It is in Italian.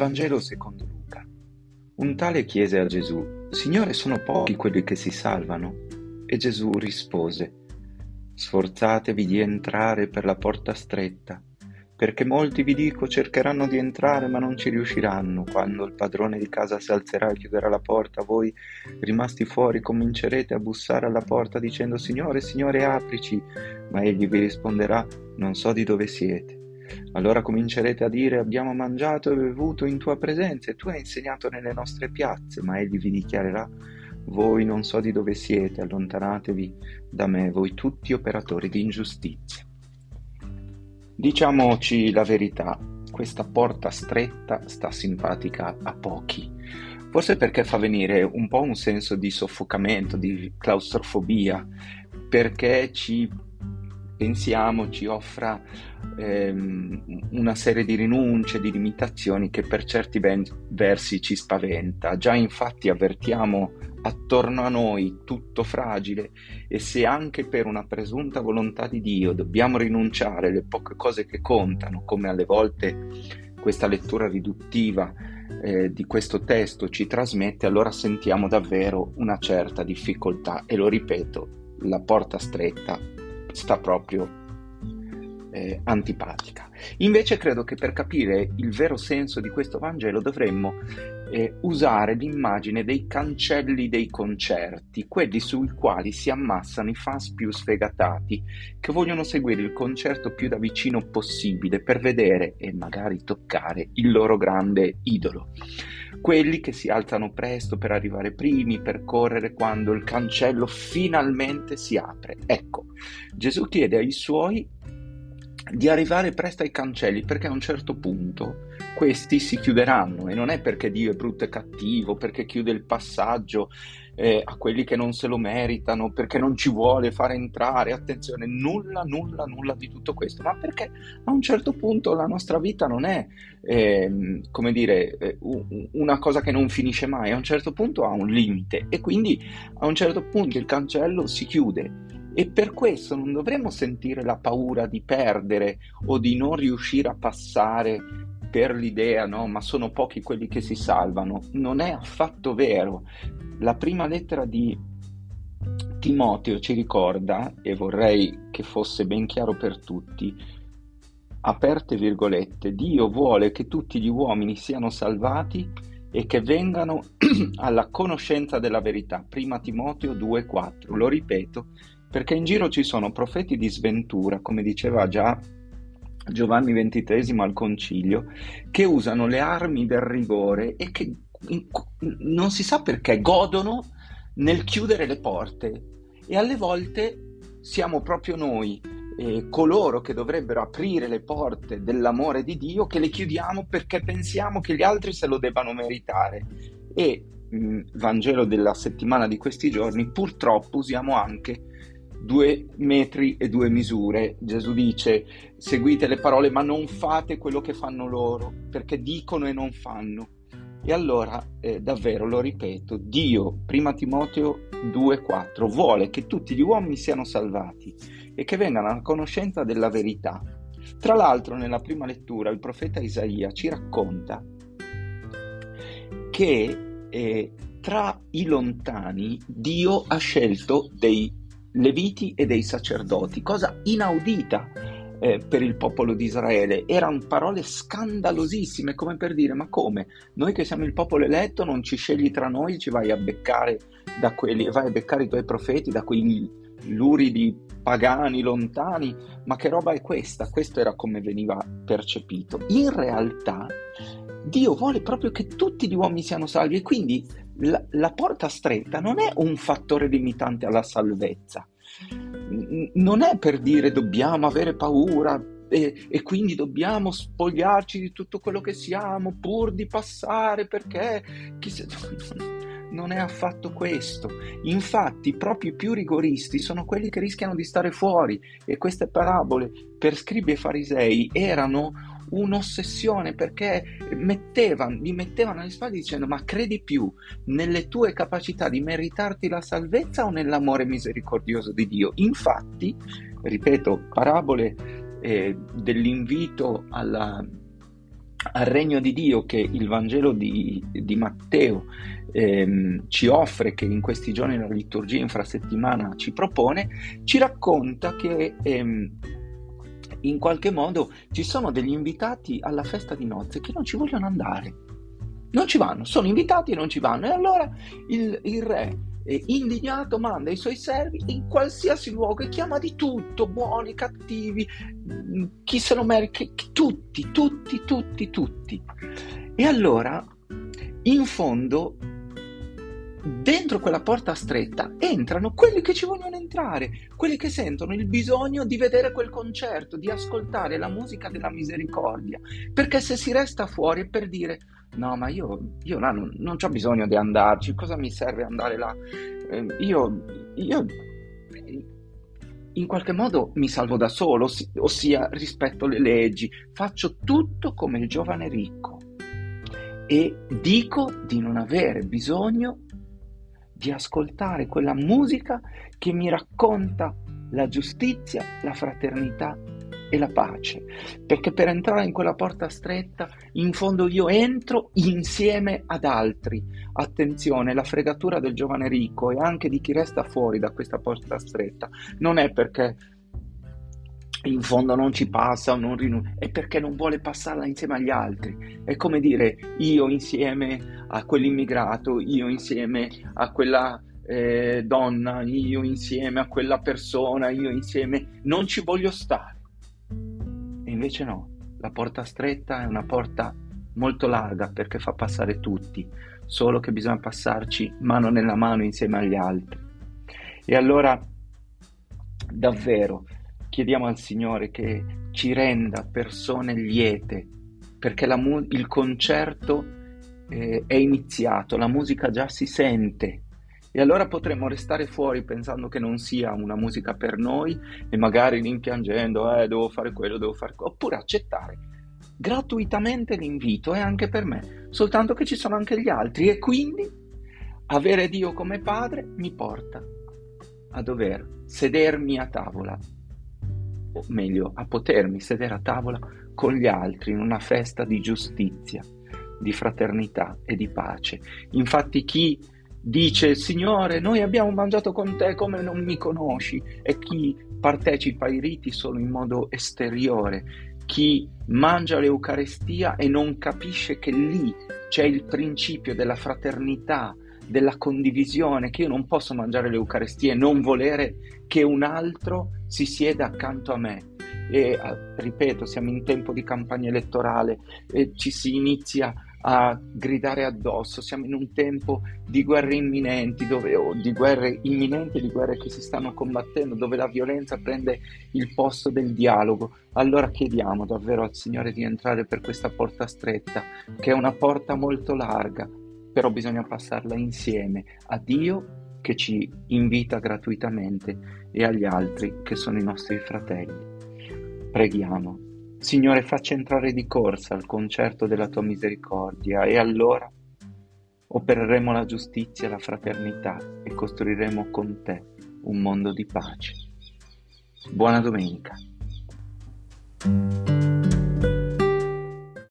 Vangelo secondo Luca. Un tale chiese a Gesù: Signore, sono pochi quelli che si salvano? E Gesù rispose: Sforzatevi di entrare per la porta stretta, perché molti, vi dico, cercheranno di entrare ma non ci riusciranno. Quando il padrone di casa si alzerà e chiuderà la porta, voi, rimasti fuori, comincerete a bussare alla porta dicendo: Signore, Signore, aprici. Ma egli vi risponderà: Non so di dove siete. Allora comincerete a dire: Abbiamo mangiato e bevuto in tua presenza e tu hai insegnato nelle nostre piazze. Ma egli vi dichiarerà: Voi non so di dove siete, allontanatevi da me, voi tutti operatori di ingiustizia. Diciamoci la verità, questa porta stretta sta simpatica a pochi. Forse perché fa venire un po' un senso di soffocamento, di claustrofobia, perché pensiamo ci offra una serie di rinunce, di limitazioni che per certi versi ci spaventa. Già infatti avvertiamo attorno a noi tutto fragile, e se anche per una presunta volontà di Dio dobbiamo rinunciare alle poche cose che contano, come alle volte questa lettura riduttiva di questo testo ci trasmette, allora sentiamo davvero una certa difficoltà. E lo ripeto, la porta stretta sta proprio antipatica. Invece credo che per capire il vero senso di questo Vangelo dovremmo usare l'immagine dei cancelli dei concerti, quelli sui quali si ammassano i fans più sfegatati che vogliono seguire il concerto più da vicino possibile per vedere e magari toccare il loro grande idolo. Quelli che si alzano presto per arrivare primi, per correre quando il cancello finalmente si apre. Ecco, Gesù chiede ai suoi di arrivare presto ai cancelli, perché a un certo punto questi si chiuderanno, e non è perché Dio è brutto e cattivo, perché chiude il passaggio a quelli che non se lo meritano, perché non ci vuole fare entrare, attenzione, nulla di tutto questo, ma perché a un certo punto la nostra vita non è una cosa che non finisce mai. A un certo punto ha un limite, e quindi a un certo punto il cancello si chiude. E per questo non dovremmo sentire la paura di perdere o di non riuscire a passare per l'idea, no, ma sono pochi quelli che si salvano. Non è affatto vero. La prima lettera di Timoteo ci ricorda, e vorrei che fosse ben chiaro per tutti, aperte virgolette, Dio vuole che tutti gli uomini siano salvati e che vengano alla conoscenza della verità. Prima Timoteo 2,4. Lo ripeto, perché in giro ci sono profeti di sventura, come diceva già Giovanni XXIII al Concilio, che usano le armi del rigore e che non si sa perché godono nel chiudere le porte, e alle volte siamo proprio noi, coloro che dovrebbero aprire le porte dell'amore di Dio, che le chiudiamo perché pensiamo che gli altri se lo debbano meritare. E Vangelo della settimana di questi giorni, purtroppo usiamo anche 2 metri e 2 misure. Gesù dice: seguite le parole ma non fate quello che fanno loro, perché dicono e non fanno. E allora davvero lo ripeto, Dio, prima Timoteo 2,4, vuole che tutti gli uomini siano salvati e che vengano alla conoscenza della verità. Tra l'altro nella prima lettura il profeta Isaia ci racconta che tra i lontani Dio ha scelto dei leviti e dei sacerdoti, cosa inaudita per il popolo di Israele. Erano parole scandalosissime, come per dire: ma come? Noi che siamo il popolo eletto non ci scegli tra noi, ci vai a beccare vai a beccare i tuoi profeti da quei luridi pagani lontani? Ma che roba è questa? Questo era come veniva percepito. In realtà Dio vuole proprio che tutti gli uomini siano salvi, e quindi la porta stretta non è un fattore limitante alla salvezza. Non è per dire dobbiamo avere paura e quindi dobbiamo spogliarci di tutto quello che siamo pur di passare, perché non è affatto questo. Infatti proprio i più rigoristi sono quelli che rischiano di stare fuori, e queste parabole per scribi e farisei erano un'ossessione, perché li mettevano alle spalle dicendo: ma credi più nelle tue capacità di meritarti la salvezza o nell'amore misericordioso di Dio? Infatti, ripeto, parabole dell'invito al regno di Dio che il Vangelo di Matteo ci offre, che in questi giorni la liturgia infrasettimana ci propone, ci racconta che in qualche modo ci sono degli invitati alla festa di nozze che non ci vogliono andare, non ci vanno, sono invitati e non ci vanno. E allora il re, indignato, manda i suoi servi in qualsiasi luogo e chiama di tutto, buoni, cattivi, chi se lo merita, tutti, tutti, tutti, tutti. E allora, in fondo, dentro quella porta stretta entrano quelli che ci vogliono entrare, quelli che sentono il bisogno di vedere quel concerto, di ascoltare la musica della misericordia, perché se si resta fuori è per dire: no, ma io là non c'ho bisogno di andarci, cosa mi serve andare là? Io in qualche modo mi salvo da solo, ossia rispetto le leggi, faccio tutto come il giovane ricco e dico di non avere bisogno di ascoltare quella musica che mi racconta la giustizia, la fraternità e la pace, perché per entrare in quella porta stretta, in fondo io entro insieme ad altri. Attenzione, la fregatura del giovane ricco e anche di chi resta fuori da questa porta stretta non è perché in fondo non ci passa o non è perché non vuole passarla insieme agli altri. È come dire: io insieme a quell'immigrato, io insieme a quella donna, io insieme a quella persona, io insieme non ci voglio stare. E invece no, la porta stretta è una porta molto larga perché fa passare tutti, solo che bisogna passarci mano nella mano insieme agli altri. E allora davvero chiediamo al Signore che ci renda persone liete, perché il concerto è iniziato, la musica già si sente, e allora potremmo restare fuori pensando che non sia una musica per noi e magari rimpiangendo, devo fare quello, devo fare quello, oppure accettare gratuitamente l'invito, è anche per me, soltanto che ci sono anche gli altri, e quindi avere Dio come padre mi porta a dover sedermi a tavola, o meglio, a potermi sedere a tavola con gli altri in una festa di giustizia, di fraternità e di pace. Infatti chi dice: Signore, noi abbiamo mangiato con te come non mi conosci, e chi partecipa ai riti solo in modo esteriore, chi mangia l'Eucarestia e non capisce che lì c'è il principio della fraternità, della condivisione, che io non posso mangiare l'Eucarestia e non volere che un altro si sieda accanto a me. E ripeto, siamo in tempo di campagna elettorale e ci si inizia a gridare addosso, siamo in un tempo di guerre imminenti, di guerre imminenti e di guerre che si stanno combattendo, dove la violenza prende il posto del dialogo. Allora chiediamo davvero al Signore di entrare per questa porta stretta, che è una porta molto larga, però bisogna passarla insieme a Dio che ci invita gratuitamente e agli altri che sono i nostri fratelli. Preghiamo. Signore, facci entrare di corsa al concerto della tua misericordia, e allora opereremo la giustizia e la fraternità e costruiremo con te un mondo di pace. Buona domenica.